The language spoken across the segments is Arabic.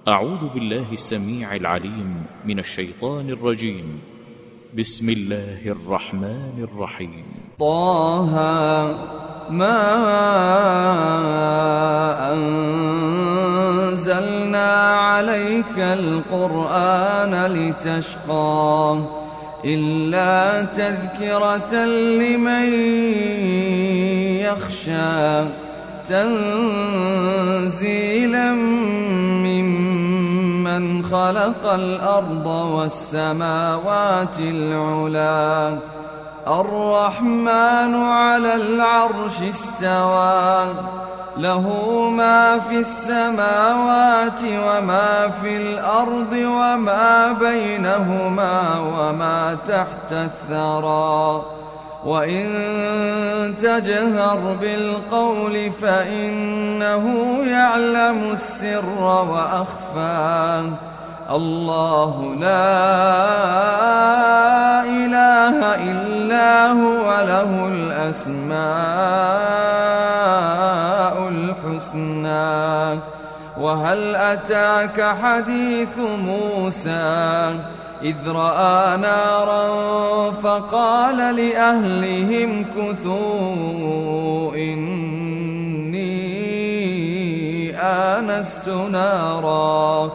أعوذ بالله السميع العليم من الشيطان الرجيم. بسم الله الرحمن الرحيم. طه ما أنزلنا عليك القرآن لتشقى إلا تذكرة لمن يخشى تنزيلا ممن خلق الأرض والسماوات العلا الرحمن على العرش استوى له ما في السماوات وما في الأرض وما بينهما وما تحت الثرى وإن تجهر بالقول فإنه يعلم السر وأخفى الله لا إله إلا هو له الأسماء الحسنى وهل أتاك حديث موسى إذ رأى نارا فقال لأهلهم كثوا إني آنست نارا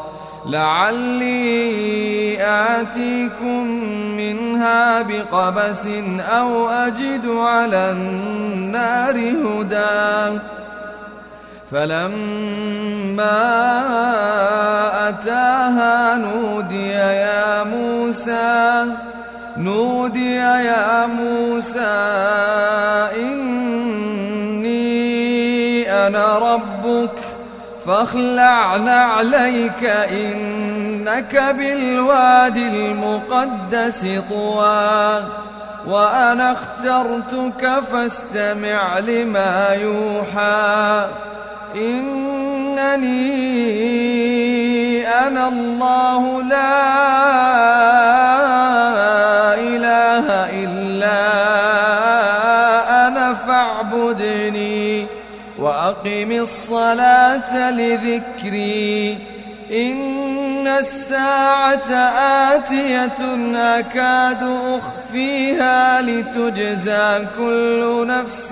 لعلي آتيكم منها بقبس أو أجد على النار هدى فلما أتاها نودي يا موسى إني أنا ربك فاخلع نعليك إنك بالوادي المقدس طوى وأنا اخترتك فاستمع لما يوحى إنني أنا الله لا إله إلا أنا فاعبدني وأقم الصلاة لذكري إن الساعة آتية أكاد أخفيها لتجزى كل نفس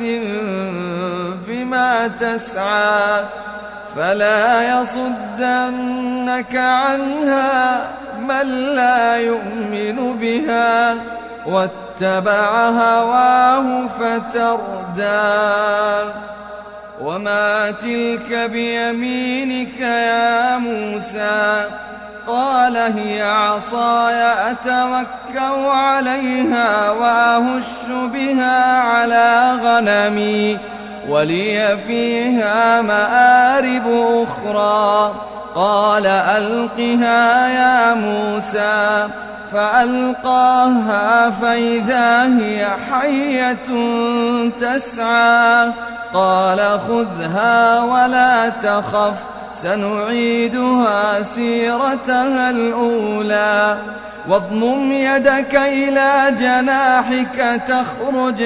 بما تسعى فلا يصدنك عنها من لا يؤمن بها واتبع هواه فتردى وما تلك بيمينك يا موسى قال هي عصاي أتوكأ عليها وأهش بها على غنمي ولي فيها مآرب أخرى قال ألقها يا موسى فألقاها فإذا هي حية تسعى قال خذها ولا تخف سنعيدها سيرتها الأولى واضمم يدك إلى جناحك تخرج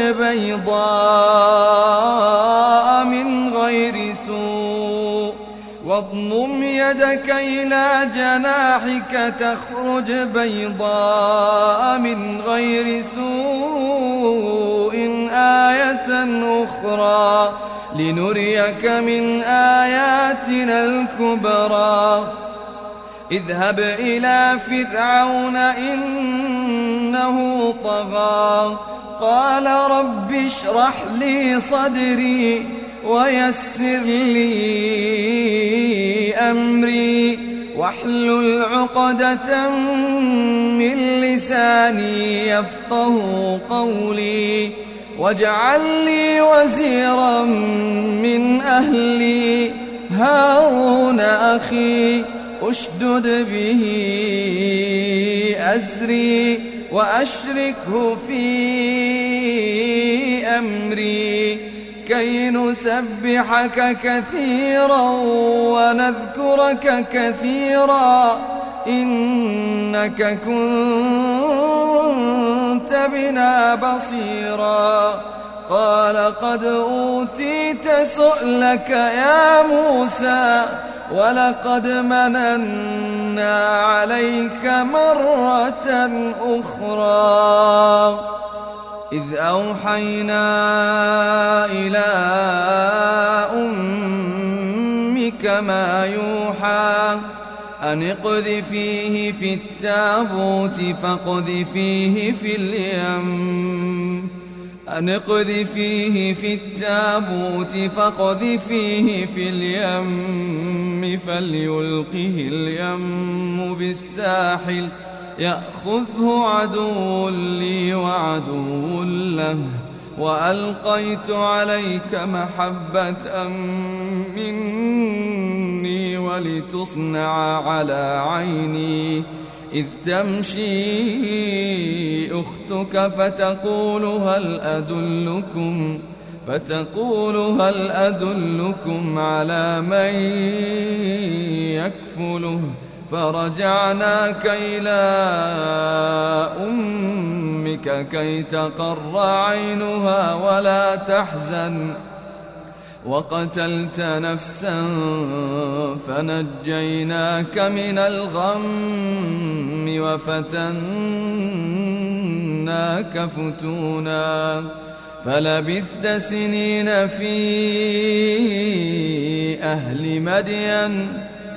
بيضاء من غير سوء واضمم يدك إلى جناحك تخرج بيضاء من غير سوء آية أخرى لنريك من آياتنا الكبرى اذهب إلى فرعون إنه طغى قال رب اشرح لي صدري ويسر لي أمري واحلل عقدة من لساني يفقه قولي واجعل لي وزيرا من أهلي هارون أخي أشدد به أزري وأشركه في أمري كي نسبحك كثيرا ونذكرك كثيرا إنك كنت بنا بصيرا قال قد أوتيت سؤلك يا موسى ولقد مننا عليك مرة أخرى إذ أوحينا إلى أمك ما يوحى أن اقذفيه في التابوت فاقذفيه في اليم فليلقه اليم بالساحل يأخذه عدو لي وعدو له وألقيت عليك محبة مني ولتصنع على عيني إذ تمشي أختك فتقول هل أدلكم على من يكفله فرجعناك إلى أمك كي تقر عينها ولا تحزن وقتلت نفسا فنجيناك من الغم وفتناك فتونا فلبثت سنين في أهل مدين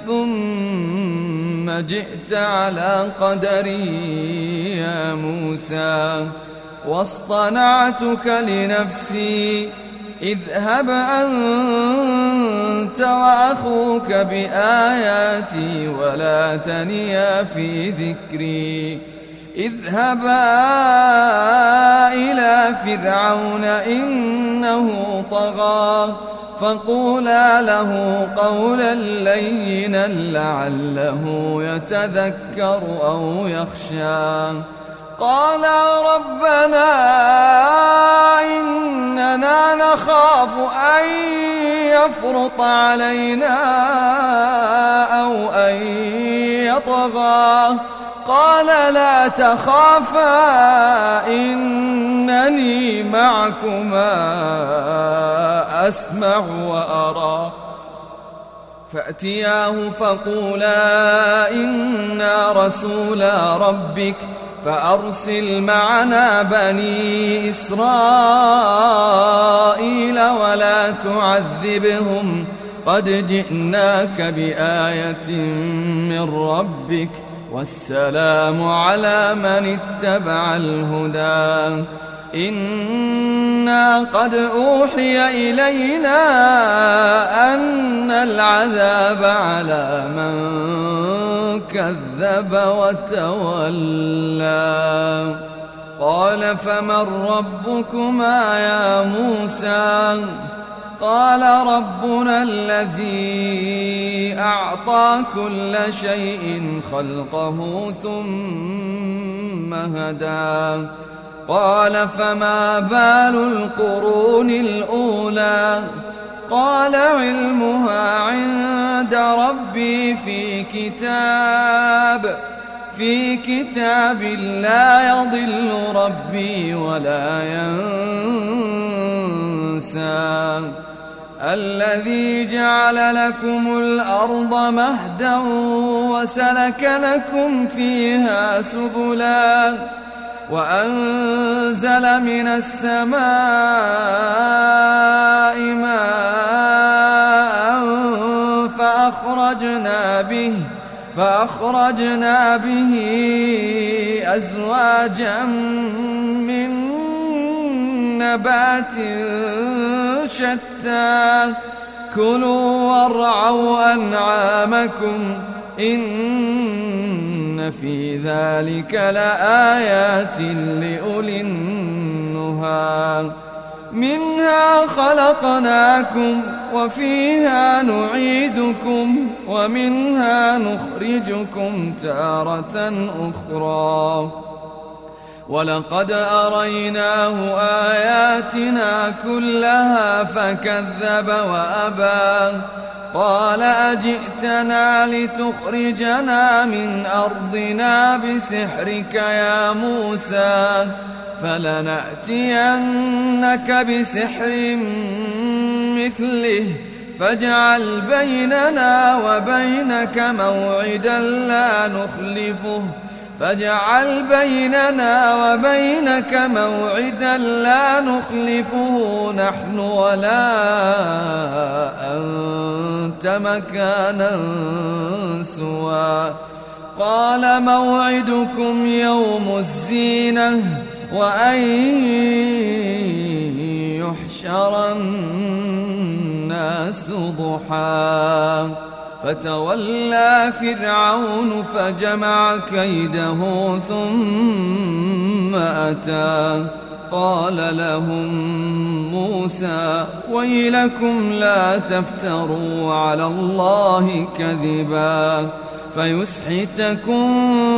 ثم جئت على قدري يا موسى واصطنعتك لنفسي اذهب أنت وأخوك بآياتي ولا تنيا في ذكري اذهبا إلى فرعون إنه طغى فقولا له قولا لينا لعله يتذكر أو يخشى قالا ربنا إننا نخاف أن يفرط علينا أو أن يطغى قال لا تخافا إنني معكما أسمع وأرى فأتياه فقولا إنا رسولا ربك فأرسل معنا بني إسرائيل ولا تعذبهم قد جئناك بآية من ربك والسلام على من اتبع الهدى إنا قد أوحي إلينا أن العذاب على من كذب وتولى قال فمن ربكما يا موسى قال ربنا الذي أعطى كل شيء خلقه ثم هدى قال فما بال القرون الأولى قال علمها عند ربي في كتاب لا يضل ربي ولا ينسى الذي جعل لكم الأرض مهدا وسلك لكم فيها سبلا وأنزل من السماء ماء فأخرجنا به أزواجا من نبات شتى كلوا وارعوا أنعامكم إن في ذلك لآيات لأولي النهى منها خلقناكم وفيها نعيدكم ومنها نخرجكم تارة أخرى ولقد أريناه آياتنا كلها فكذب وأبى قال أجئتنا لتخرجنا من أرضنا بسحرك يا موسى فلنأتينك بسحر مثله فاجعل بيننا وبينك موعدا لا نخلفه نحن ولا أنت مكانا سوى قال موعدكم يوم الزينة وأن يحشر الناس ضحى فتولى فرعون فجمع كيده ثم أتى قال لهم موسى ويلكم لا تفتروا على الله كذبا فيسحتكم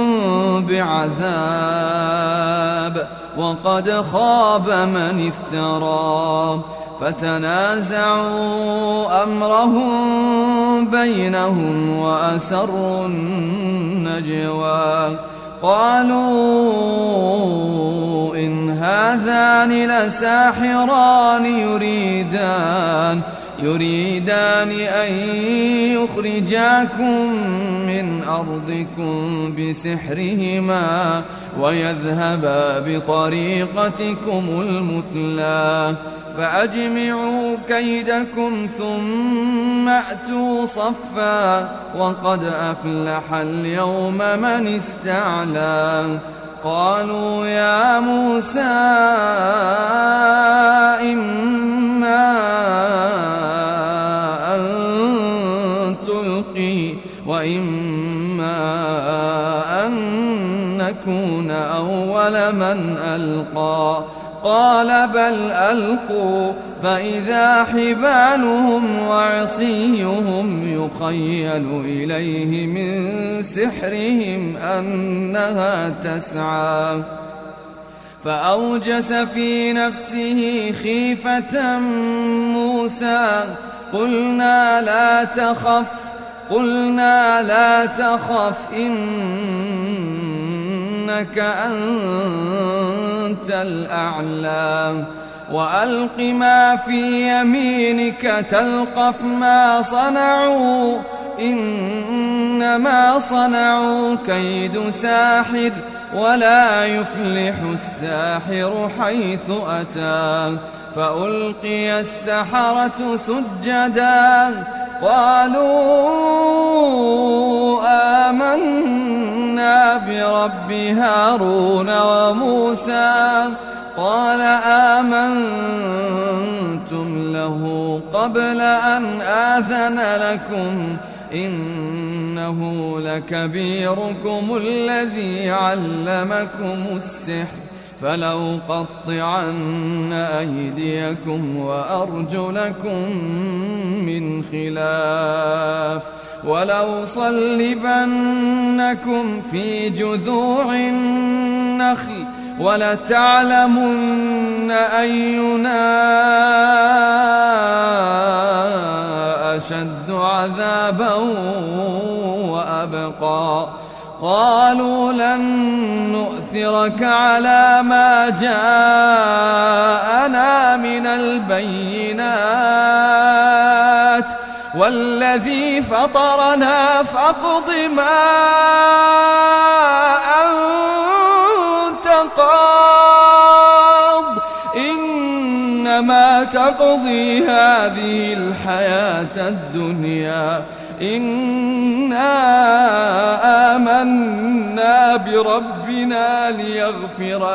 بعذاب وقد خاب من افترى فتنازعوا أمرهم بينهم وأسروا النجوى قالوا إن هذان لساحران يريدان أن يخرجاكم من أرضكم بسحرهما ويذهبا بطريقتكم المثلى فأجمعوا كيدكم ثم أتوا صفا وقد أفلح اليوم من استعلى قالوا يا موسى إما أن تلقي وإما أن نكون أول من ألقى قال بل ألقوا فإذا حبالهم وعصيهم يخيل إليه من سحرهم أنها تسعى فأوجس في نفسه خيفة موسى قلنا لا تخف إنك أنت الأعلى وألق ما في يمينك تلقف ما صنعوا إنما صنعوا كيد ساحر ولا يفلح الساحر حيث أتى فألقي السحرة سجدا قالوا آمنا برب هارون وموسى قال آمنتم له قبل أن آذن لكم إنه لكبيركم الذي علمكم السحر فلأقطعن أيديكم وأرجلكم من خلاف ولأصلبنكم في جذوع النخل ولتعلمن أينا أشد عذابا وأبقى قالوا لن نؤثرك على ما جاءنا من البينات والذي فطرنا فاقض ما أنت قاض إنما تقضي هذه الحياة الدنيا إنا آمنا بربنا ليغفر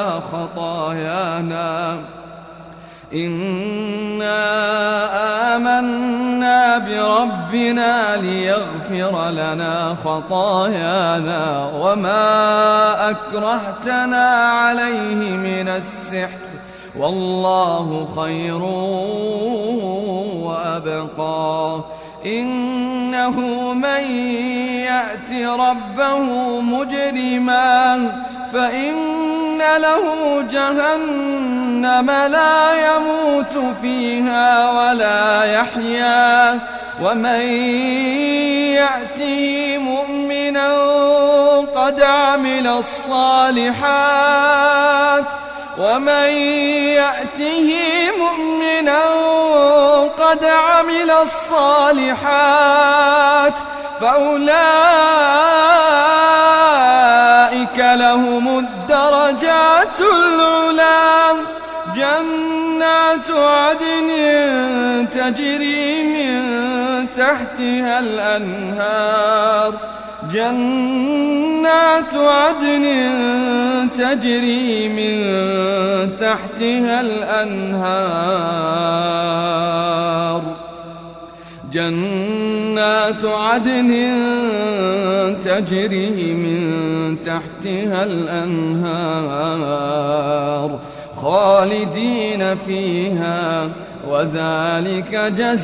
لنا خطايانا وما أكرهتنا عليه من السحر والله خير وأبقى إنه من يأت ربه مجرما فإن له جهنم لا يموت فيها ولا يحيا ومن يأته مؤمنا قد عمل الصالحات ومن يأته مؤمنا قد عمل الصالحات فأولئك لهم الدرجات العلى جنات عدن تجري من تحتها الأنهار جنات عدن تجري من تحتها الأنهار جنات عدن تجري من تحتها الأنهار خالدين فيها وذلك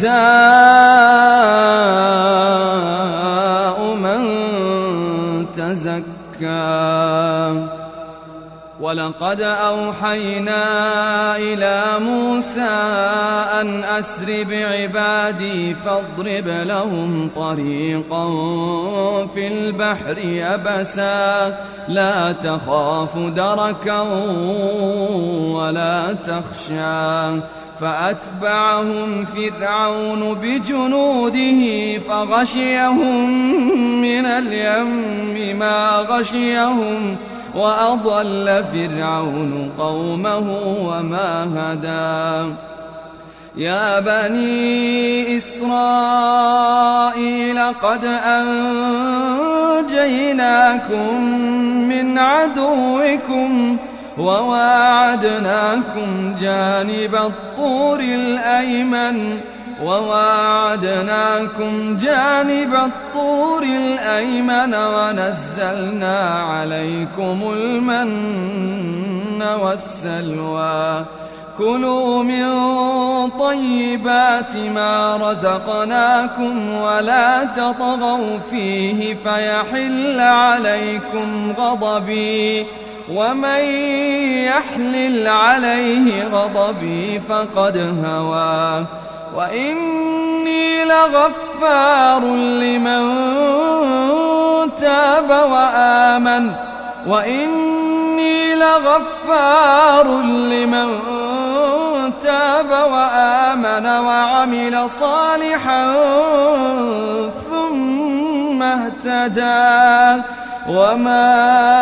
جزاء من تزكى ولقد أوحينا إلى موسى أن أسر بعبادي فاضرب لهم طريقا في البحر يبسا لا تخاف دركا ولا تخشى فأتبعهم فرعون بجنوده فغشيهم من اليم ما غشيهم وأضل فرعون قومه وما هدى يا بني إسرائيل قد أنجيناكم من عدوكم وواعدناكم جانب الطور الأيمن ونزلنا عليكم المن والسلوى كلوا من طيبات ما رزقناكم ولا تطغوا فيه فيحل عليكم غضبي ومن يحلل عليه غضبي فقد هوى وإني لغفار لمن تاب وآمن وعمل صالحا ثم اهتدى وما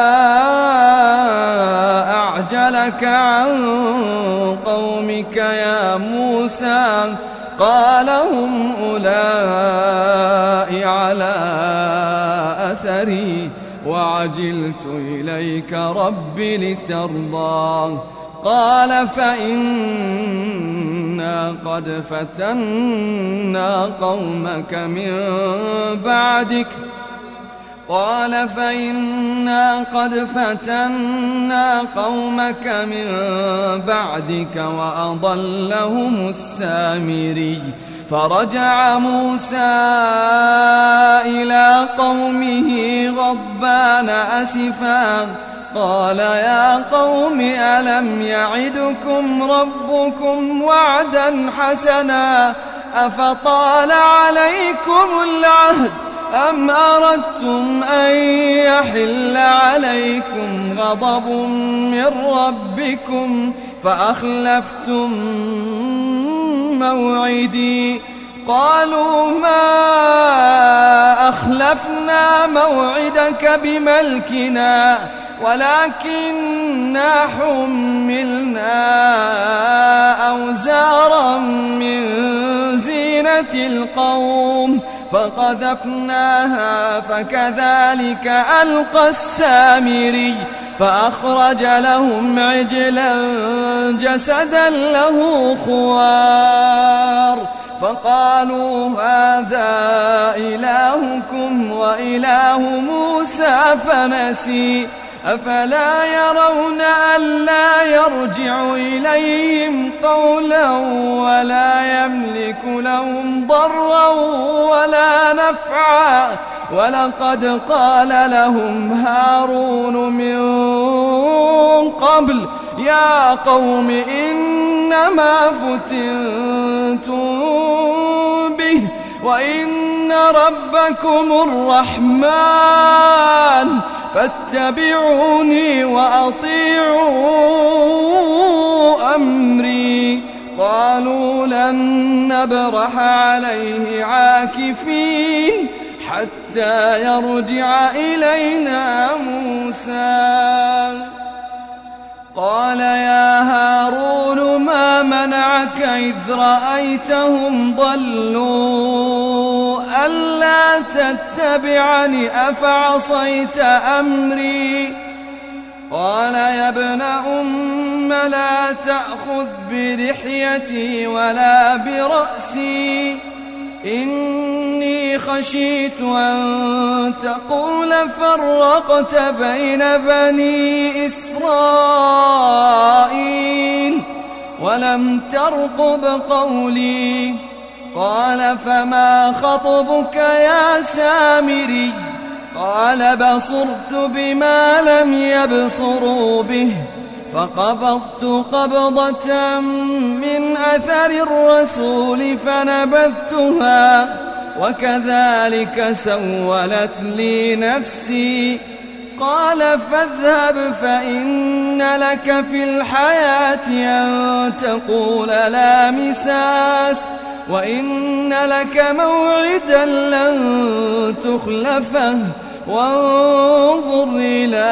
أعجلك عن قومك يا موسى قال هم أولئك على أثري وعجلت إليك رب لترضى قال فإنا قد فتنا قومك من بعدك وأضلهم السامري فرجع موسى إلى قومه غضبان أسفا قال يا قوم ألم يعدكم ربكم وعدا حسنا أفطال عليكم العهد أم أردتم أن يحل عليكم غضب من ربكم فأخلفتم موعدي قالوا ما أخلفنا موعدك بملكنا ولكننا حملنا أوزارا من زينة القوم فقذفناها فكذلك ألقى السامري فأخرج لهم عجلا جسدا له خوار فقالوا هذا إلهكم وإله موسى فنسي أفلا يرون ألا يرجع إليهم قولا ولا يملك لهم ضرا ولا نفعا ولقد قال لهم هارون من قبل يا قوم إنما فتنتم به وإن ربكم الرحمن فاتبعوني وأطيعوا أمري. قالوا لن نبرح عليه عاكفين حتى يرجع إلينا موسى. قال يا هارون ما منعك إذ رأيتهم ضلوا ألا تتبعني أفعصيت أمري؟ قال يا ابن أم لا تأخذ بلحيتي ولا برأسي إني خشيت أن تقول فرقت بين بني إسرائيل ولم ترقب قولي. قال فما خطبك يا سامري؟ قال بصرت بما لم يبصروا به فقبضت قبضة من أثر الرسول فنبذتها وكذلك سولت لي نفسي. قال فاذهب فإن لك في الحياة أن تقول لا مساس وإن لك موعدا لن تخلفه وانظر إلى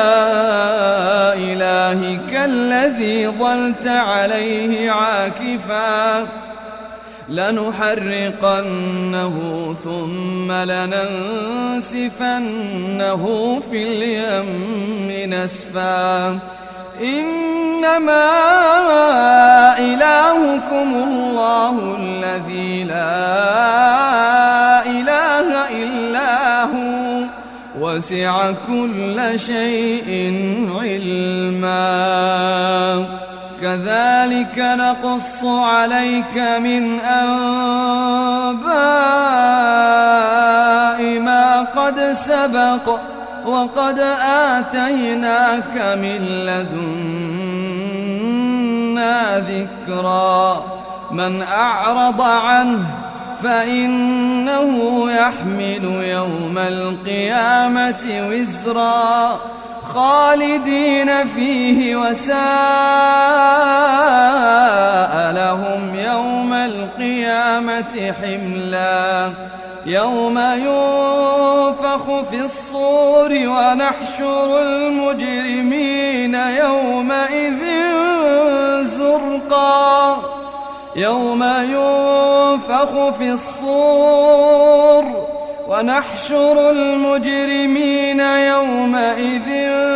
إلهك الذي ظلت عليه عاكفا لنحرقنه ثم لننسفنه في اليم نسفا. إنما إلهكم الله الذي لا إله إلا هو وسع كل شيء علما. كذلك نقص عليك من أنباء ما قد سبق وقد آتيناك من لدنا ذكرا. من أعرض عنه فإنه يحمل يوم القيامة وزرا خالدين فيه وساء لهم يوم القيامة حملا. يوم ينفخ في الصور ونحشر المجرمين يومئذ زرقا. يوم ينفخ في الصور ونحشر المجرمين يومئذ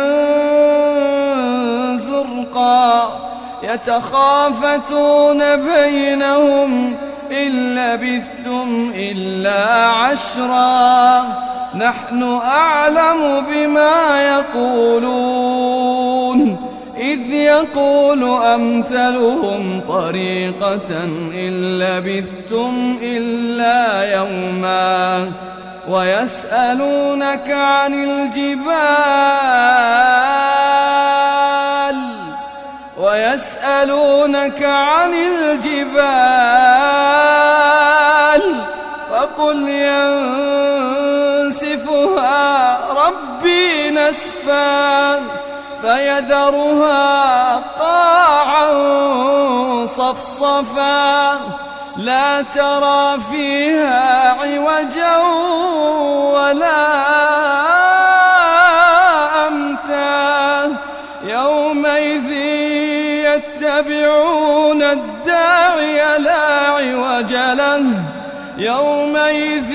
زرقا. يتخافتون بينهم إن لبثتم إلا عشرا نحن أعلم بما يقولون إذ يقول أمثلهم طريقة إن لبثتم إلا يوما. ويسألونك عن الجبال فقل ينسفها ربي نسفا فيذرها قاعا صفصفا لا ترى فيها عوجا ولا أمتا. يومئذ يتبعون الداعي لا عوج له يومئذ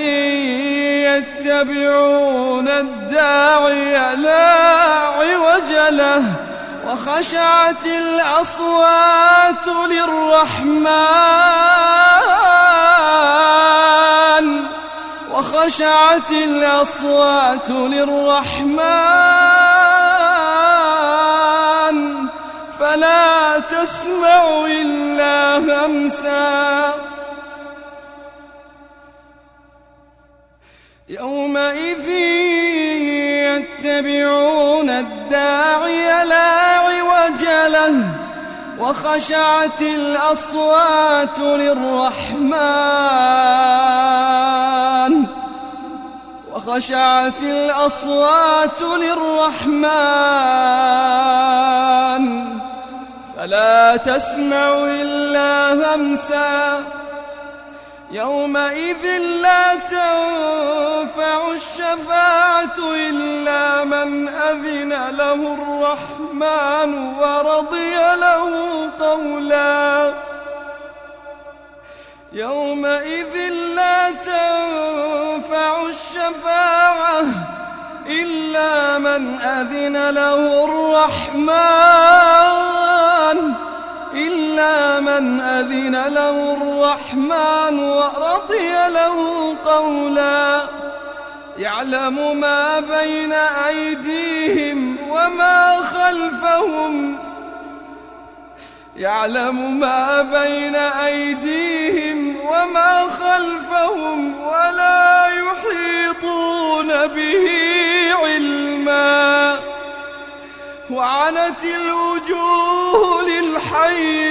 يتبعون الداعي لا عوج له وخشعت الأصوات للرحمن فلا تسمع إلا همسا. يومئذ يتبعون الداعي لا عوج له وخشعت وخشعت الأصوات للرحمن فلا تسمع إلا همسا يومئذ لا تنفع الشفاعة إلا من أذن له الرحمن ورضي له قولا يومئذ لا تنفع الشفاعة إلا من أذن له الرحمن ورضي له قولا يعلم ما بين أيديهم وما خلفهم ولا يحيطون به علما وعنت الوجوه للحي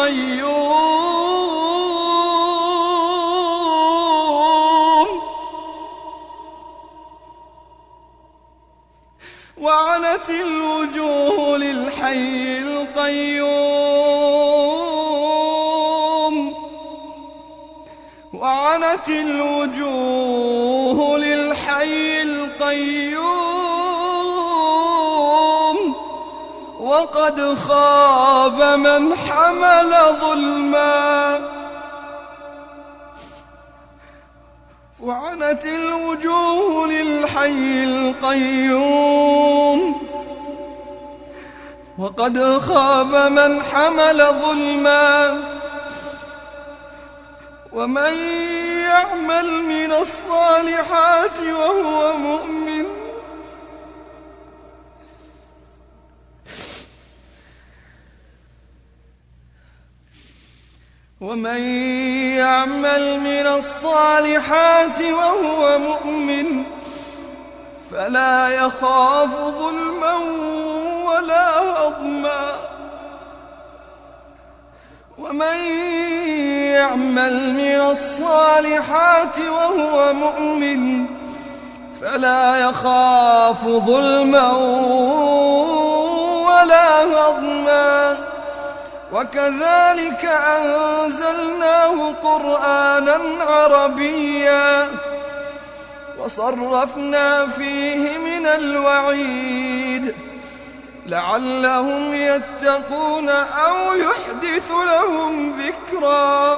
القيوم وقد خاب من حمل ظلما وعنت الوجوه للحي القيوم وقد خاب من حمل ظلما ومن يعمل من الصالحات وهو مؤمن فلا يخاف ظلما ولا هضما ومن يعمل من الصالحات وهو مؤمن فلا يخاف ظلما ولا هضما وكذلك أنزلناه قرآنا عربيا وصرفنا فيه من الوعيد لعلهم يتقون أو يحدث لهم ذكرا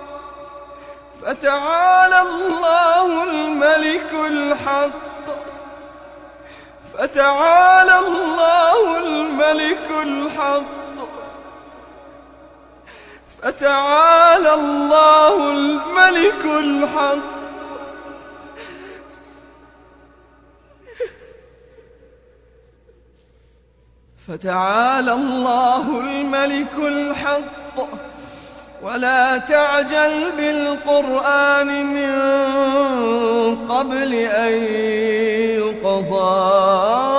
فتعالى الله الملك الحق ولا تعجل بالقرآن من قبل أن يقضى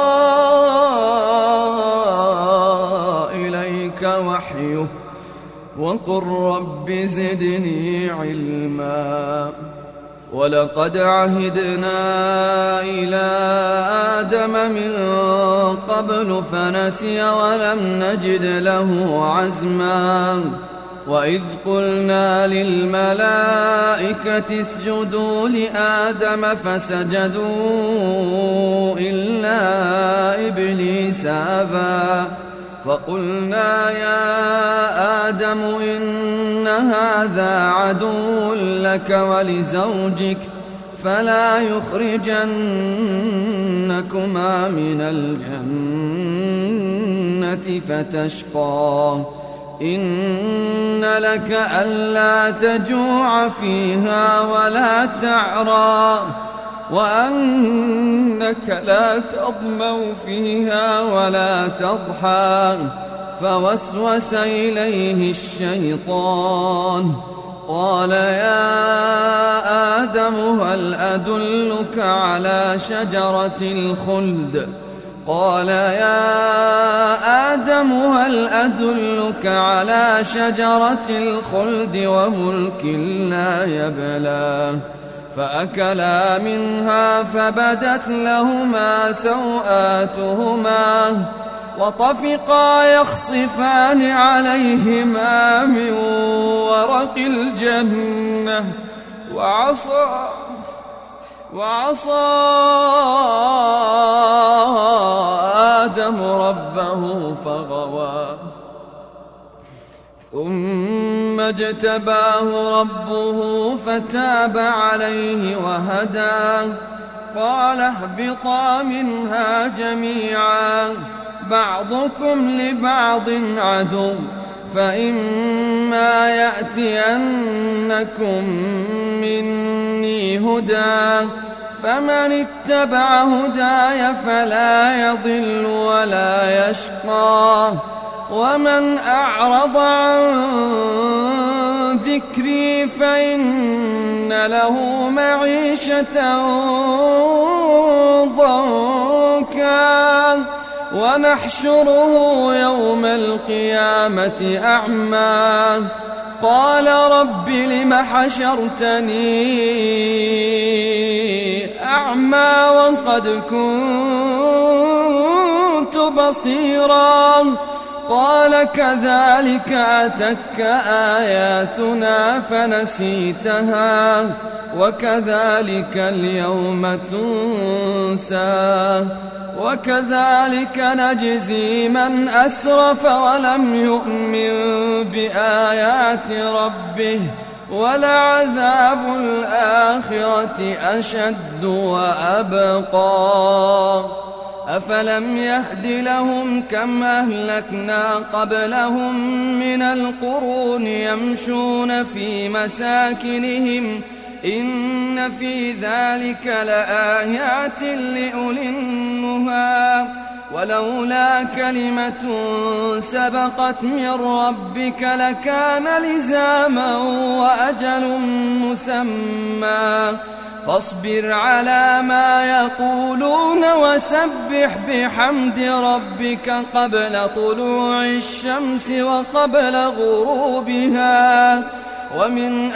إليك وحيه وقل رب زدني علما ولقد عهدنا إلى آدم من قبل فنسي ولم نجد له عزما وإذ قلنا للملائكة اسجدوا لآدم فسجدوا إلا إبليس أبى فقلنا يا آدم إن هذا عدو لك ولزوجك فلا يخرجنكما من الجنة فتشقى إن لك ألا تجوع فيها ولا تعرى وأنك لا تظمأ فيها ولا تضحى فوسوس إليه الشيطان قال يا آدم هل أدلك على شجرة الخلد وملك لا يبلى فأكلا منها فبدت لهما سوآتهما وطفقا يخصفان عليهما من ورق الجنة وعصى آدم ربه فغوى ثم اجتباه ربه فتاب عليه وهدى قال اهبطا منها جميعا بعضكم لبعض عدو فإما يأتينكم مني هدى فمن اتبع هداي فلا يضل ولا يشقى ومن أعرض عن ذكري فإن له معيشة ضنكا ونحشره يوم القيامة أعمى قال رب لم حشرتني أعمى وقد كنت بصيرا قال كذلك أتتك آياتنا فنسيتها وكذلك اليوم تنسى وكذلك نجزي من أسرف ولم يؤمن بآيات ربه ولعذاب الآخرة أشد وأبقى أفلم يهد لهم كم أهلكنا قبلهم من القرون يمشون في مساكنهم إن في ذلك لآيات لأولي النهى ولولا كلمة سبقت من ربك لكان لزاما وأجل مسمى فاصبر على ما يقولون وسبح بحمد ربك قبل طلوع الشمس وقبل غروبها ومن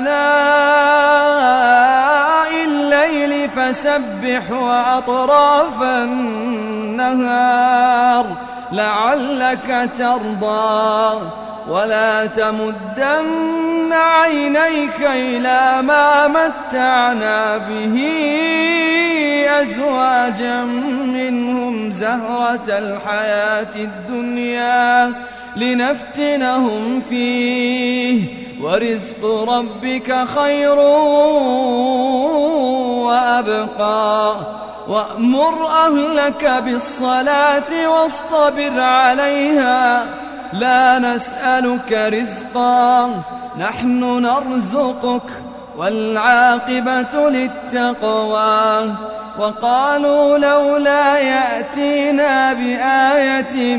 آلاء الليل فسبح وأطراف النهار لعلك ترضى ولا تمدن عينيك إلى ما متعنا به أزواجا منهم زهرة الحياة الدنيا لنفتنهم فيه ورزق ربك خير وأبقى وأمر أهلك بالصلاة واصطبر عليها لا نسألك رزقا نحن نرزقك والعاقبة للتقوى وقالوا لولا يأتينا بآية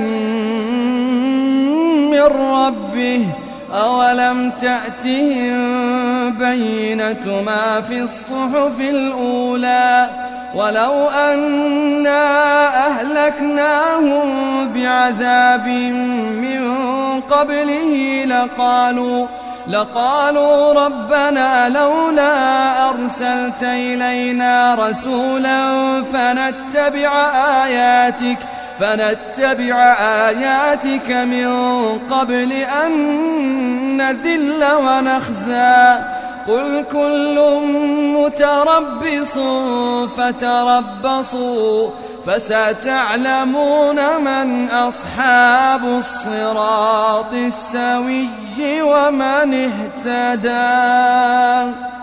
من ربه أولم تأتهم بينة ما في الصحف الأولى ولو أنا أهلكناهم بعذاب من قبله لقالوا ربنا لولا أرسلت إلينا رسولا فنتبع آياتك من قبل أن نذل ونخزى قل كل متربص فتربصوا فستعلمون من أصحاب الصراط السوي ومن اهتدى.